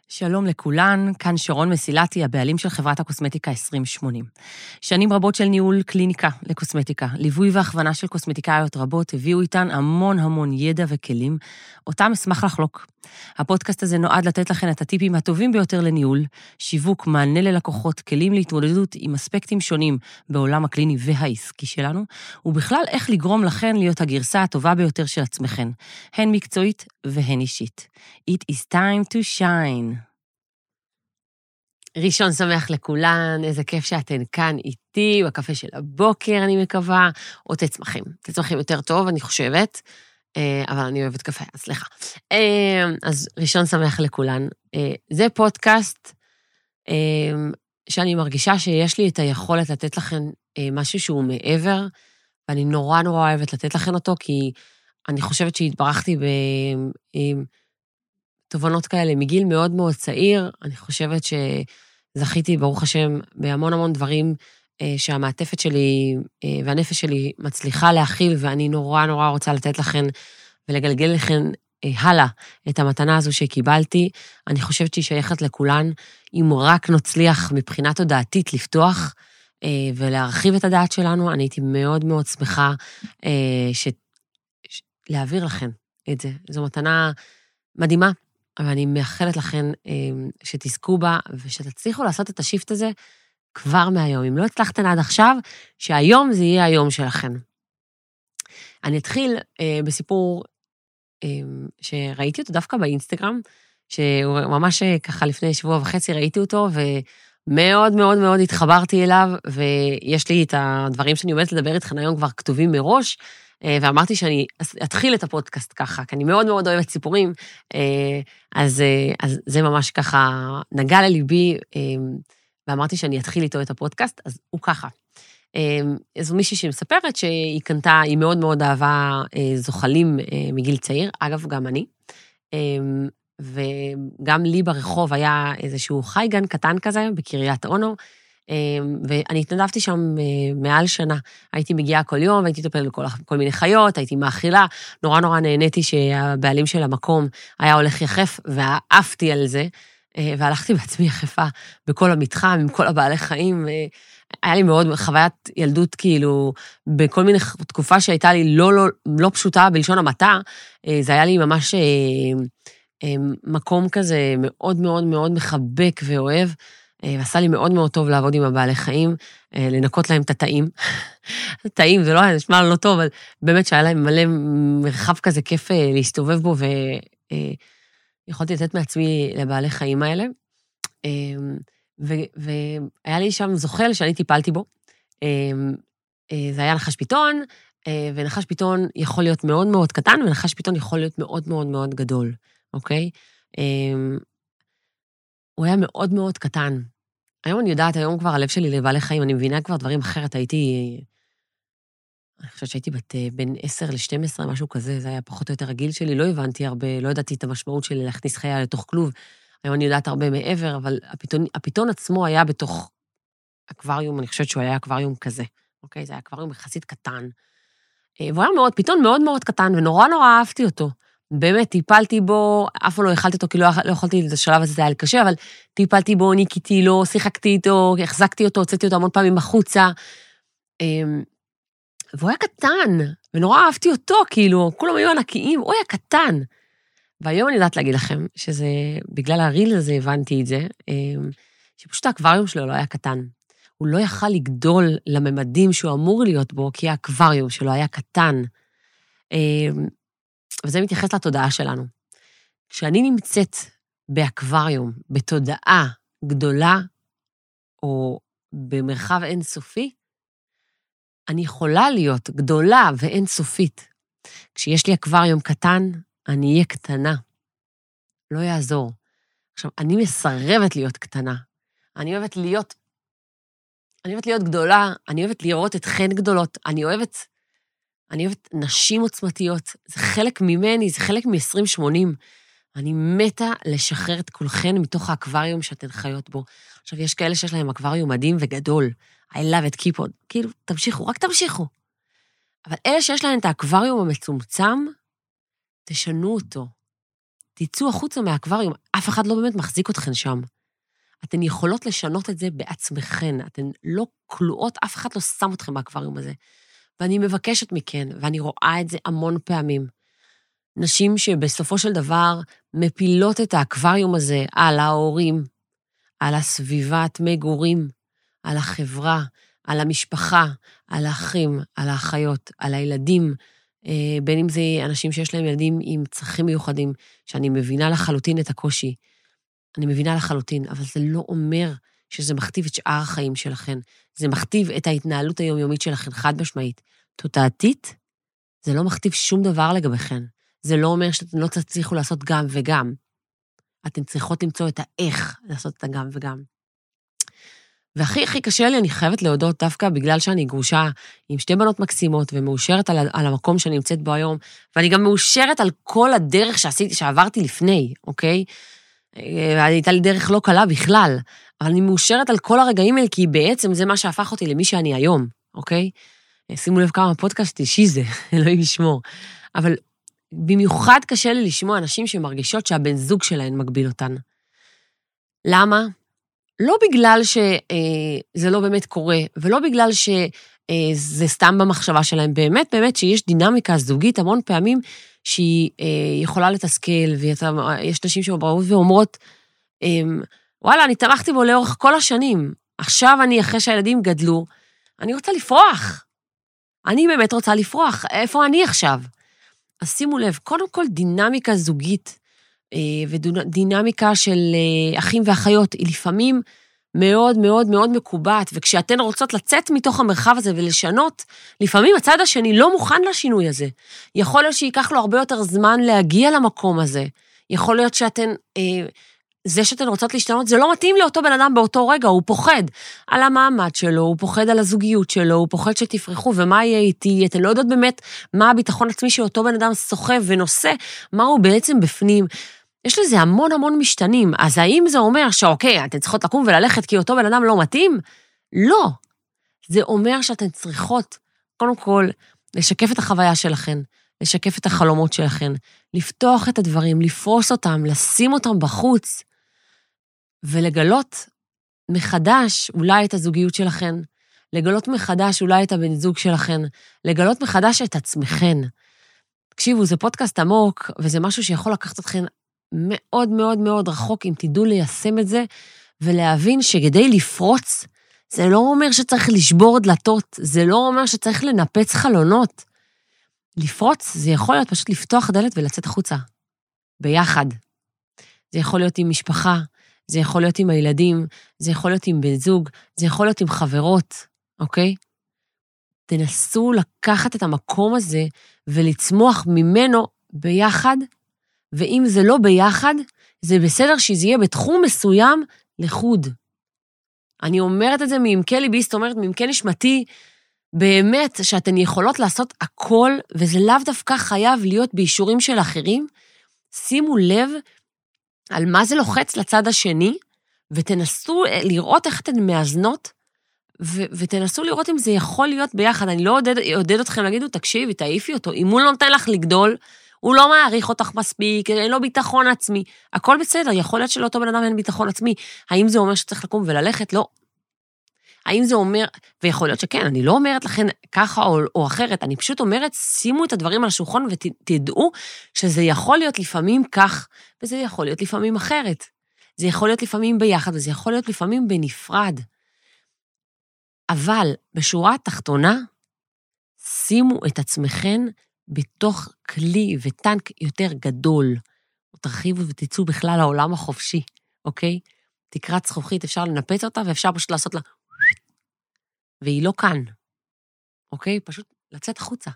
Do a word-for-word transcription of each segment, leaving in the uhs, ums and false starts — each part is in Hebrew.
שלום לכולן, כאן שרון מסילתי, הבעלים של חברת הקוסמטיקה עשרים שמונים. שנים רבות של ניהול קליניקה לקוסמטיקה, ליווי והכוונה של קוסמטיקאיות רבות, הביאו איתן המון המון ידע וכלים, אותם אשמח לחלוק. הפודקאסט הזה נועד לתת לכן את הטיפים הטובים ביותר לניהול, שיווק, מענה ללקוחות, כלים להתמודדות עם אספקטים שונים בעולם הקליני והעסקי שלנו, ובכלל איך לגרום לכן להיות הגרסה הטובה ביותר של עצמכן, הן מקצועית והן אישית. It is time to shine. ראשון שמח לכולן, איזה כיף שאתן כאן איתי, בקפה של הבוקר אני מקווה, או תצמחים. תצמחים יותר טוב, אני חושבת, אבל אני אוהבת קפה, אז סליחה. אז ראשון שמח לכולן. זה פודקאסט שאני מרגישה שיש לי את היכולת לתת לכן משהו שהוא מעבר, ואני נורא נורא אוהבת לתת לכן אותו, כי אני חושבת שהתברכתי בתובנות כאלה מגיל מאוד מאוד צעיר. אני חושבת שזכיתי, ברוך השם, בהמון המון דברים שהמעטפת שלי והנפש שלי מצליחה להכיל, ואני נורא נורא רוצה לתת לכן ולגלגל לכן הלאה את המתנה הזו שקיבלתי. אני חושבת שהיא שייכת לכולן, אם רק נצליח מבחינה תודעתית לפתוח ולהרחיב את הדעת שלנו, אני הייתי מאוד מאוד שמחה ש... להעביר לכן את זה. זו מתנה מדהימה, אבל אני מאחלת לכן שתזכו בה, ושתצליחו לעשות את השיפט הזה כבר מהיום. אם לא הצלחתן עד עכשיו, שהיום זה יהיה היום שלכן. אני אתחיל בסיפור שראיתי אותו דווקא באינסטגרם, שממש ככה לפני שבוע וחצי ראיתי אותו, ומאוד מאוד מאוד התחברתי אליו, ויש לי את הדברים שאני עומדת לדבר איתכן היום כבר כתובים מראש, ואמרתי שאני אתחיל את הפודקאסט ככה, כי אני מאוד מאוד אוהבת סיפורים, אז, אז זה ממש ככה נגע לליבי, ואמרתי שאני אתחיל איתו את הפודקאסט, אז הוא ככה. זו מישהי שמספרת שהיא קנתה, היא מאוד מאוד אהבה זוחלים מגיל צעיר, אגב גם אני, וגם לי ברחוב היה איזשהו חייגן קטן כזה, בקריית אונו, ואני התנדבתי שם מעל שנה. הייתי מגיעה כל יום, והייתי טופלת בכל כל מיני חיות, הייתי מאכילה, נורא נורא נהניתי שהבעלים של המקום היה הולך יחף, ואהבתי על זה, והלכתי בעצמי יחפה בכל המתחם, עם כל הבעלי חיים, היה לי מאוד חוויית ילדות, כאילו, בכל מיני תקופה שהייתה לי לא, לא, לא פשוטה בלשון המעטה, זה היה לי ממש מקום כזה מאוד מאוד מאוד מחבק ואוהב, ועשה לי מאוד מאוד טוב לעבוד עם הבעלי חיים, לנקות להם את התאים. תאים, זה לא היה, נשמע לא טוב, אבל באמת שהיה להם מלא מרחב כזה כיף להסתובב בו, ויכולתי לתת מעצמי לבעלי חיים האלה. והיה לי שם זוחל שאני טיפלתי בו. זה היה נחש פיתון, ונחש פיתון יכול להיות מאוד מאוד קטן, ונחש פיתון יכול להיות מאוד מאוד מאוד גדול, אוקיי? הוא היה מאוד מאוד קטן. היום אני יודעת, היום כבר הלב שלי לבעלי חיים, אני מבינה כבר דברים אחרת, הייתי, אני חושבת שהייתי בת בין עשר ל-שתים עשרה, משהו כזה, זה היה פחות או יותר הגיל שלי, לא הבנתי הרבה, לא ידעתי את המשמעות שלי להכניס חיה לתוך כלוב, היום אני יודעת הרבה מעבר, אבל הפיתון, הפיתון עצמו היה בתוך אקווריום, אני חושבת שהוא היה אקווריום כזה, אוקיי? זה היה אקווריום יחסית קטן, והוא היה מאוד, פיתון מאוד מאוד קטן, ונורא נורא אהבתי אותו. באמת, טיפלתי בו, אף פעם לא אכלתי אותו, כי לא, לא יכולתי, את השלב הזה זה היה קשה, אבל טיפלתי בו, ניקיתי לו, שיחקתי איתו, החזקתי אותו, הוצאתי אותו המון פעמים החוצה, והוא היה קטן, ונורא אהבתי אותו, כאילו, כולם היו ענקיים, הוא היה קטן. והיום אני יודעת להגיד לכם, שזה, בגלל הריל הזה הבנתי את זה, שפשוט האקווריום שלו לא היה קטן. הוא לא יכל לגדול לממדים שהוא אמור להיות בו, כי האקווריום שלו היה קטן. וזה מתייחס לתודעה שלנו. כשאני נמצאת באקווריום, בתודעה גדולה, או במרחב אינסופי, אני יכולה להיות גדולה ואינסופית. כשיש לי אקווריום קטן, אני אהיה קטנה. לא יעזור. עכשיו, אני מסרבת להיות קטנה. אני אוהבת להיות, אני אוהבת להיות גדולה, אני אוהבת לראות אתכן גדולות, אני אוהבת, אני אוהבת נשים עוצמתיות, זה חלק ממני, זה חלק מ-עשרים שמונים. אני מתה לשחרר את כולכן מתוך האקווריום שאתן חיות בו. עכשיו, יש כאלה שיש להם אקווריום מדהים וגדול. I love it, keep on. כאילו, תמשיכו, רק תמשיכו. אבל אלה שיש להם את האקווריום המצומצם, תשנו אותו. תצאו החוצה מהאקווריום, אף אחד לא באמת מחזיק אתכן שם. אתן יכולות לשנות את זה בעצמכן, אתן לא כלואות, אף אחד לא שם אתכם באקווריום הזה. ואני מבקשת מכן, ואני רואה את זה המון פעמים, נשים שבסופו של דבר מפילות את האקווריום הזה על ההורים, על הסביבת מגורים, על החברה, על המשפחה, על האחים, על האחיות, על הילדים, בין אם זה אנשים שיש להם ילדים עם צרכים מיוחדים, שאני מבינה לחלוטין את הקושי, אני מבינה לחלוטין, אבל זה לא אומר שזה מכתיב את שאר החיים שלכן, זה מכתיב את ההתנהלות היומיומית שלכן, חד משמעית. תודעתית, זה לא מכתיב שום דבר לגביכן. זה לא אומר שאתן לא תצליחו לעשות גם וגם. אתן צריכות למצוא את האיך לעשות את הגם וגם. והכי הכי קשה לי, אני חייבת להודות דווקא בגלל שאני גרושה עם שתי בנות מקסימות ומאושרת על, על המקום שאני נמצאת בו היום, ואני גם מאושרת על כל הדרך שעשיתי, שעברתי לפני, אוקיי? הייתה לי דרך לא קלה בכלל, אבל אני מאושרת על כל הרגעים האלה, כי בעצם זה מה שהפך אותי למי שאני היום, אוקיי? שימו לב כמה פודקאסט אישי זה, אלוהים ישמור. אבל במיוחד קשה לי לשמוע אנשים שמרגישות שהבן זוג שלהן מגביל אותן. למה? לא בגלל שזה לא באמת קורה, ולא בגלל שזה סתם במחשבה שלהם, באמת, באמת שיש דינמיקה זוגית המון פעמים שהיא יכולה לתסכל, ויש נשים שבאות ואומרות, וואלה, אני תמכתי בו לאורך כל השנים, עכשיו אני, אחרי שהילדים גדלו, אני רוצה לפרוח. אני באמת רוצה לפרוח, איפה אני עכשיו? אז שימו לב, קודם כל דינמיקה זוגית, ודינמיקה של אחים ואחיות, היא לפעמים מאוד מאוד מאוד מקובעת, וכשאתן רוצות לצאת מתוך המרחב הזה ולשנות, לפעמים הצד השני לא מוכן לשינוי הזה. יכול להיות שיקח לו הרבה יותר זמן להגיע למקום הזה. יכול להיות שאתן, זה שאתן רוצות להשתנות, זה לא מתאים לאותו בן אדם באותו רגע, הוא פוחד על המעמד שלו, הוא פוחד על הזוגיות שלו, הוא פוחד שתפרחו, ומה יהיה איתי, אתן לא יודעות באמת מה הביטחון עצמי שאותו בן אדם סוחב ונושא, מה הוא בעצם בפנים. יש לזה המון המון משתנים, אז האם זה אומר שאוקיי, אתן צריכות לקום וללכת כי אותו בן אדם לא מתאים? לא. זה אומר שאתן צריכות, קודם כל, לשקף את החוויה שלכן, לשקף את החלומות שלכן, לפתוח את הדברים, לפרוס אותם, לשים אותם בחוץ, ולגלות מחדש אולי את הזוגיות שלכן, לגלות מחדש אולי את הבן זוג שלכן, לגלות מחדש את עצמכן. תקשיבו, זה פודקאסט עמוק, וזה משהו שיכול לקחת אתכן מאוד מאוד מאוד רחוק, אם תדעו ליישם את זה, ולהבין שכדי לפרוץ, זה לא אומר שצריך לשבור דלתות, זה לא אומר שצריך לנפץ חלונות. לפרוץ זה יכול להיות פשוט לפתוח דלת ולצאת החוצה, ביחד. זה יכול להיות עם משפחה, זה יכול להיות עם הילדים, זה יכול להיות עם בן זוג, זה יכול להיות עם חברות, אוקיי? תנסו לקחת את המקום הזה ולצמוח ממנו ביחד, ואם זה לא ביחד, זה בסדר שזה יהיה בתחום מסוים לחוד. אני אומרת את זה מעמקי ליבי, זאת אומרת, מעמקי נשמתי, באמת שאתן יכולות לעשות הכל, וזה לאו דווקא חייב להיות באישורים של אחרים, שימו לב על מה זה לוחץ לצד השני, ותנסו לראות איך אתן מאזנות, ו- ותנסו לראות אם זה יכול להיות ביחד. אני לא עודד, עודד אתכם להגידו, תקשיבי, תעיפי אותו, אם הוא לא נותן לך לגדול, הוא לא מעריך אותך מספיק, אין לו ביטחון עצמי, הכל בסדר, יכול להיות שלאותו בן אדם אין ביטחון עצמי, האם זה אומר שצריך לקום וללכת? לא. האם זה אומר, ויכול להיות שכן, אני לא אומרת לכן ככה או, או אחרת, אני פשוט אומרת, שימו את הדברים על השולחן ותדעו שזה יכול להיות לפעמים כך, וזה יכול להיות לפעמים אחרת. זה יכול להיות לפעמים ביחד, וזה יכול להיות לפעמים בנפרד. אבל בשורה התחתונה, שימו את עצמכן בתוך כלי וטנק יותר גדול, תרחיבו ותצאו בכלל לעולם החופשי, אוקיי? תקרת זכוכית, אפשר לנפץ אותה, ואפשר פשוט לעשות לה, והיא לא כאן, אוקיי? פשוט לצאת החוצה.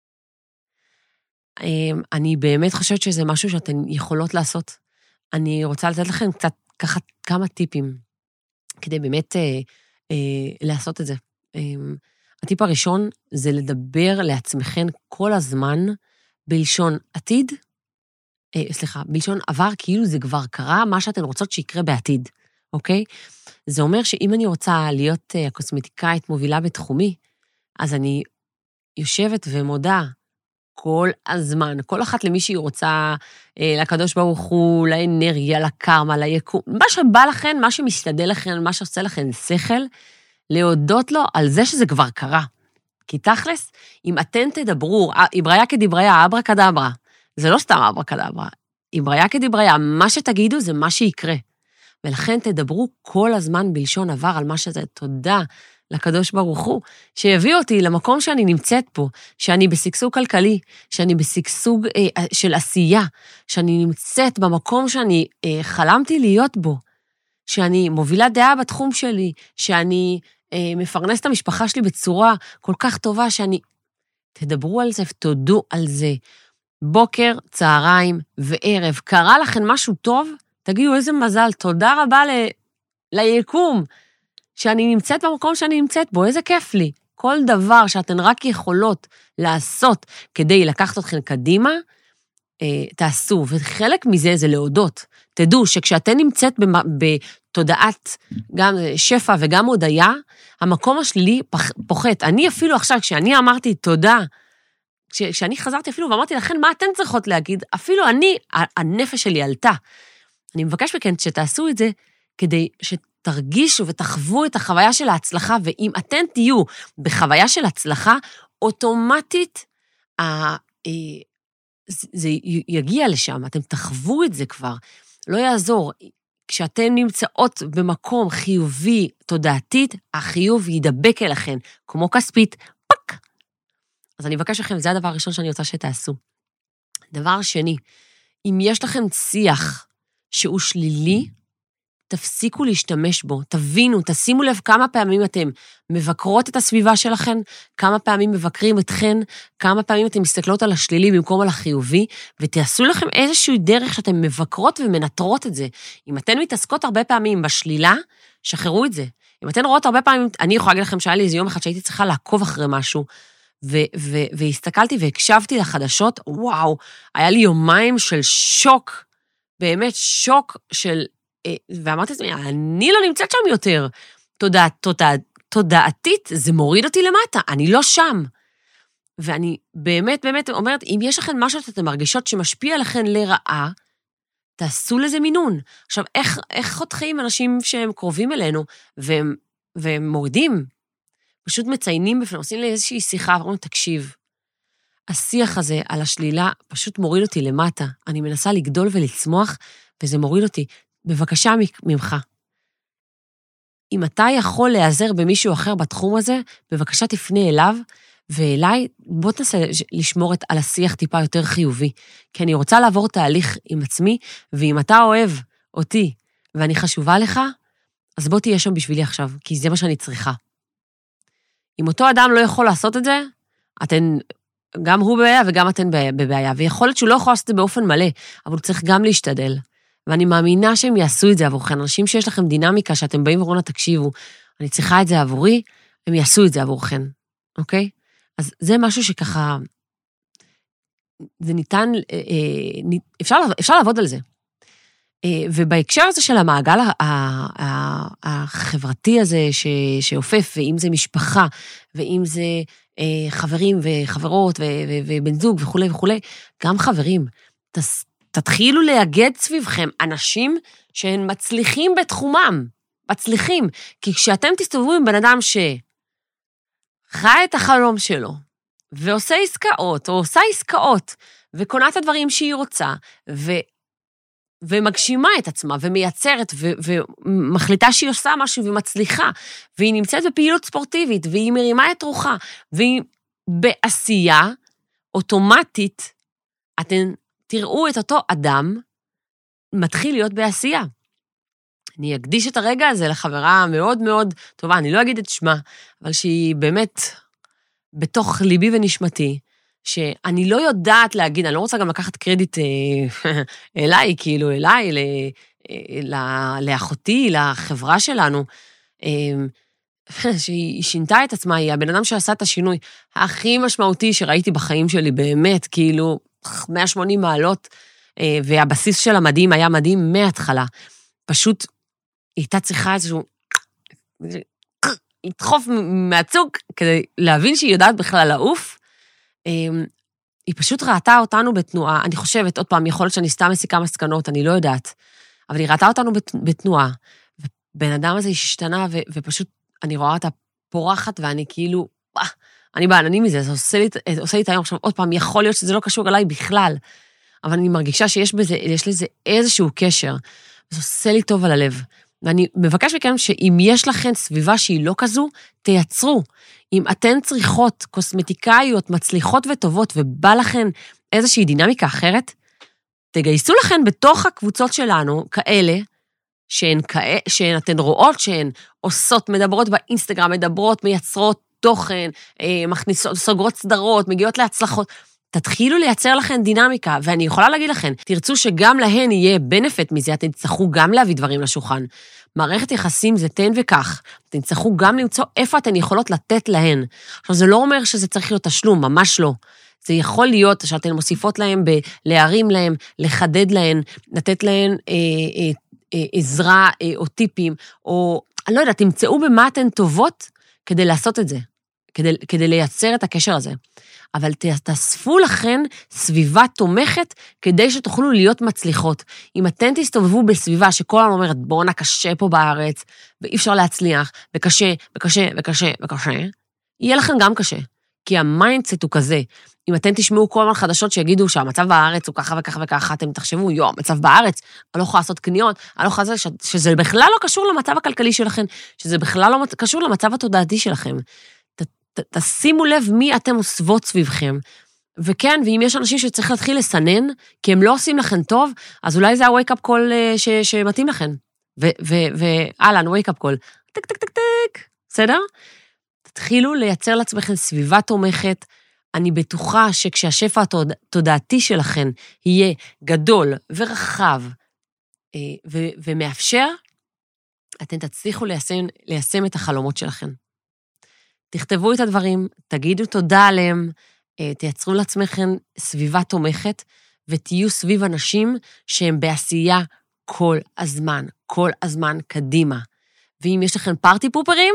אני באמת חושבת שזה משהו שאתן יכולות לעשות. אני רוצה לתת לכם קצת ככה כמה טיפים, כדי באמת אה, אה, לעשות את זה. אה, הטיפ הראשון זה לדבר לעצמכן כל הזמן בלשון עתיד, אה, סליחה, בלשון עבר, כאילו זה כבר קרה, מה שאתן רוצות שיקרה בעתיד, אוקיי? זה אומר שאם אני רוצה להיות אה, הקוסמטיקאית מובילה בתחומי, אז אני יושבת ומודה כל הזמן, כל אחת למי שהיא רוצה, לקדוש ברוך הוא, לאנרגיה, לקרמה, ליקום, מה שבא לכן, מה שמסתדל לכן, מה שעושה לכן שכל, להודות לו על זה שזה כבר קרה. כי תכלס, אם אתן תדברו, אבריה כדבריה, אברה כדברה, זה לא סתם אברה כדברה, אבריה כדבריה, מה שתגידו זה מה שיקרה. ולכן תדברו כל הזמן בלשון עבר על מה שזה. תודה לקדוש ברוך הוא, שיביא אותי למקום שאני נמצאת פה, שאני בסגסוג כלכלי, שאני בסגסוג אה, של עשייה, שאני נמצאת במקום שאני אה, חלמתי להיות בו, שאני מובילה דעה בתחום שלי, שאני אה, מפרנס את המשפחה שלי בצורה כל כך טובה, שאני... תדברו על זה ותודו על זה. בוקר, צהריים וערב. קרה לכם משהו טוב? תגידו איזה מזל, תודה רבה ל... ליקום, שאני נמצאת במקום שאני נמצאת בו, איזה כיף לי. כל דבר שאתן רק יכולות לעשות כדי לקחת אתכן קדימה, אה, תעשו, וחלק מזה זה להודות. תדעו שכשאתן נמצאת בתודעת גם שפע וגם הודיה, המקום השלילי פוחת. אני אפילו עכשיו, כשאני אמרתי תודה, כשאני חזרתי אפילו ואמרתי לכן, מה אתן צריכות להגיד? אפילו אני, הנפש שלי עלתה. אני מבקש מכן שתעשו את זה, כדי שתרגישו ותחוו את החוויה של ההצלחה, ואם אתן תהיו בחוויה של הצלחה, אוטומטית זה יגיע לשם, אתם תחוו את זה כבר, לא יעזור. כשאתן נמצאות במקום חיובי, תודעתית, החיוב ידבק אליכן, כמו כספית, פק. אז אני מבקש לכם, זה הדבר הראשון שאני רוצה שתעשו. דבר שני, אם יש לכם שיח שהוא שלילי, תפסיקו להשתמש בו, תבינו, תשימו לב כמה פעמים אתם מבקרות את הסביבה שלכם, כמה פעמים מבקרים אתכן, כמה פעמים אתם מסתכלות על השלילי במקום על החיובי, ותעשו לכם איזושהי דרך שאתם מבקרות ומנטרות את זה. אם אתן מתעסקות הרבה פעמים בשלילה, שחררו את זה. אם אתן רואות הרבה פעמים, אני יכולה להגיד לכם שהיה לי איזה יום אחד שהייתי צריכה לעקוב אחרי משהו, ו- ו- והסתכלתי והקשבתי לחדשות, וואו, היה לי יומיים של שוק, באמת שוק של, ואמרתי לעצמי, אני לא נמצאת שם יותר. תודע, תודע, תודעתית, זה מוריד אותי למטה, אני לא שם. ואני באמת, באמת אומרת, אם יש לכם משהו שאתם מרגישות שמשפיע לכם לרעה, תעשו לזה מינון. עכשיו, איך, איך חותכים אנשים שהם קרובים אלינו, והם, והם מורידים, פשוט מציינים בפני, עושים לי איזושהי שיחה, ואומרים, תקשיב, השיח הזה על השלילה פשוט מוריד אותי למטה. אני מנסה לגדול ולצמוח, וזה מוריד אותי. בבקשה ממך. אם אתה יכול להיעזר במישהו אחר בתחום הזה, בבקשה תפנה אליו, ואליי, בוא תנסה לשמור על השיח טיפה יותר חיובי, כי אני רוצה לעבור תהליך עם עצמי, ואם אתה אוהב אותי, ואני חשובה לך, אז בוא תהיה שם בשבילי עכשיו, כי זה מה שאני צריכה. אם אותו אדם לא יכול לעשות את זה, אתן, גם הוא בבעיה וגם אתן בבעיה, ויכול להיות שהוא לא יכול לעשות את זה באופן מלא, אבל הוא צריך גם להשתדל. ואני מאמינה שהם יעשו את זה עבורכם. אנשים שיש לכם דינמיקה, שאתם באים ורונה, תקשיבו, אני צריכה את זה עבורי, הם יעשו את זה עבורכם, אוקיי? אז זה משהו שככה, זה ניתן, אפשר, אפשר לעבוד על זה. ובהקשר הזה של המעגל החברתי הזה שאופף, ואם זה משפחה, ואם זה חברים וחברות ובן זוג וכו' וכו', גם חברים, תתחילו להגד סביבכם אנשים שהם מצליחים בתחומם, מצליחים, כי כשאתם תסתובבו עם בן אדם שחי את החלום שלו, ועושה עסקאות, או עושה עסקאות, וקונה את הדברים שהיא רוצה, ו... ומגשימה את עצמה, ומייצרת, ו... ומחליטה שהיא עושה משהו, ומצליחה, והיא נמצאת בפעילות ספורטיבית, והיא מרימה את רוחה, והיא בעשייה אוטומטית, אתן תראו את אותו אדם מתחיל להיות בעשייה. אני אקדיש את הרגע הזה לחברה מאוד מאוד טובה, אני לא אגיד את שמה, אבל שהיא באמת בתוך ליבי ונשמתי, שאני לא יודעת להגיד, אני לא רוצה גם לקחת קרדיט אליי, כאילו אליי, לאחותי, לחברה שלנו, שהיא שינתה את עצמה, היא הבן אדם שעשה את השינוי הכי משמעותי שראיתי בחיים שלי, באמת, כאילו, מאה ושמונים מעלות, והבסיס של המדהים היה מדהים מההתחלה. פשוט היא הייתה צריכה איזשהו, לדחוף מהצוק, כדי להבין שהיא יודעת בכלל לעוף. היא היא פשוט ראתה אותנו בתנועה, אני חושבת, עוד פעם, יכול להיות שאני סתם מסיקה מסקנות, אני לא יודעת, אבל היא ראתה אותנו בתנועה, ובן אדם הזה השתנה, ו, ופשוט אני רואה אותה פורחת, ואני כאילו, אה, אני בעננים מזה, זה עושה לי, עושה לי את היום עכשיו, עוד פעם, יכול להיות שזה לא קשור אליי בכלל, אבל אני מרגישה שיש בזה, יש לזה איזשהו קשר, וזה עושה לי טוב על הלב. ואני מבקש מכם שאם יש לכם סביבה שהיא לא כזו, תייצרו. אם אתן צריכות קוסמטיקאיות מצליחות וטובות, ובא לכן איזושהי דינמיקה אחרת, תגייסו לכן בתוך הקבוצות שלנו כאלה, שהן, שהן אתן רואות שהן עושות, מדברות באינסטגרם, מדברות, מייצרות תוכן, מכניסות, סוגרות סדרות, מגיעות להצלחות, תתחילו לייצר לכם דינמיקה, ואני יכולה להגיד לכם, תרצו שגם להן יהיה בנפט מזה, אתם תצטרכו גם להביא דברים לשולחן. מערכת יחסים זה תן וכך, אתם תצטרכו גם למצוא איפה אתן יכולות לתת להן. עכשיו, זה לא אומר שזה צריך להיות תשלום, ממש לא. זה יכול להיות שאתן מוסיפות להם בלהרים להם, לחדד להן, לתת להן אה, אה, אה, עזרה אה, או טיפים, או, אני לא יודעת, תמצאו במה אתן טובות כדי לעשות את זה, כדי, כדי לייצר את הקשר הזה. אבל תאספו לכן סביבה תומכת כדי שתוכלו להיות מצליחות. אם אתן תסתובבו בסביבה שכל העולם אומרת, בואנה קשה פה בארץ, ואי אפשר להצליח, וקשה, וקשה, וקשה, וקשה, יהיה לכם גם קשה. כי המיינדסט הוא כזה. אם אתן תשמעו כל מיני חדשות שיגידו שהמצב בארץ הוא ככה וככה וככה, אתם תחשבו, יו, המצב בארץ, אני לא יכולה לעשות קניות, אני לא יכולה לעשות, שזה בכלל לא קשור למצב הכלכלי שלכם, שזה בכלל לא קשור למצב התודעתי שלכם. תשימו לב מי אתם עוסבות סביבכם, וכן, ואם יש אנשים שצריך להתחיל לסנן, כי הם לא עושים לכם טוב, אז אולי זה ה-wake-up call ש- שמתאים לכם. ואלן, wake-up call, טק, טק, טק, טק, בסדר? תתחילו לייצר לעצמכם סביבה תומכת, אני בטוחה שכשהשפע התודעתי שלכם יהיה גדול ורחב ו- ומאפשר, אתם תצליחו ליישם, ליישם את החלומות שלכם. תכתבו את הדברים, תגידו תודה עליהם, תייצרו לעצמכם סביבה תומכת, ותהיו סביב אנשים שהם בעשייה כל הזמן, כל הזמן קדימה. ואם יש לכם פארטי פופרים,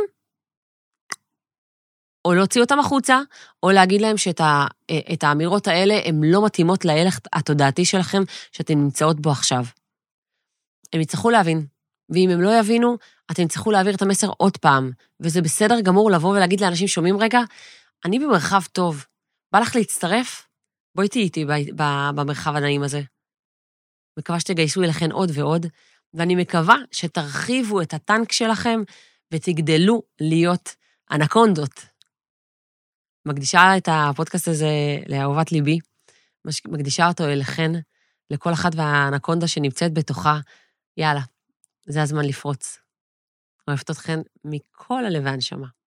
או להוציא אותם החוצה, או להגיד להם שאת ה, את האמירות האלה הן לא מתאימות להלך התודעתי שלכם, שאתם נמצאות בו עכשיו. הם יצטרכו להבין, ואם הם לא יבינו, אתם צריכו להעביר את המסר עוד פעם, וזה בסדר גמור לבוא ולהגיד לאנשים שומעים רגע, אני במרחב טוב, בא לך להצטרף? בואי תהיי איתי במרחב הנעים הזה. מקווה שתגייסו אליכן עוד ועוד, ואני מקווה שתרחיבו את הטנק שלכם, ותגדלו להיות אנקונדות. מקדישה את הפודקאסט הזה לאהובת ליבי, מקדישה אותו אליכן, לכל אחת והאנקונדה שנמצאת בתוכה, יאללה, זה הזמן לפרוץ. אוהבת אתכן מכל הלב והנשמה.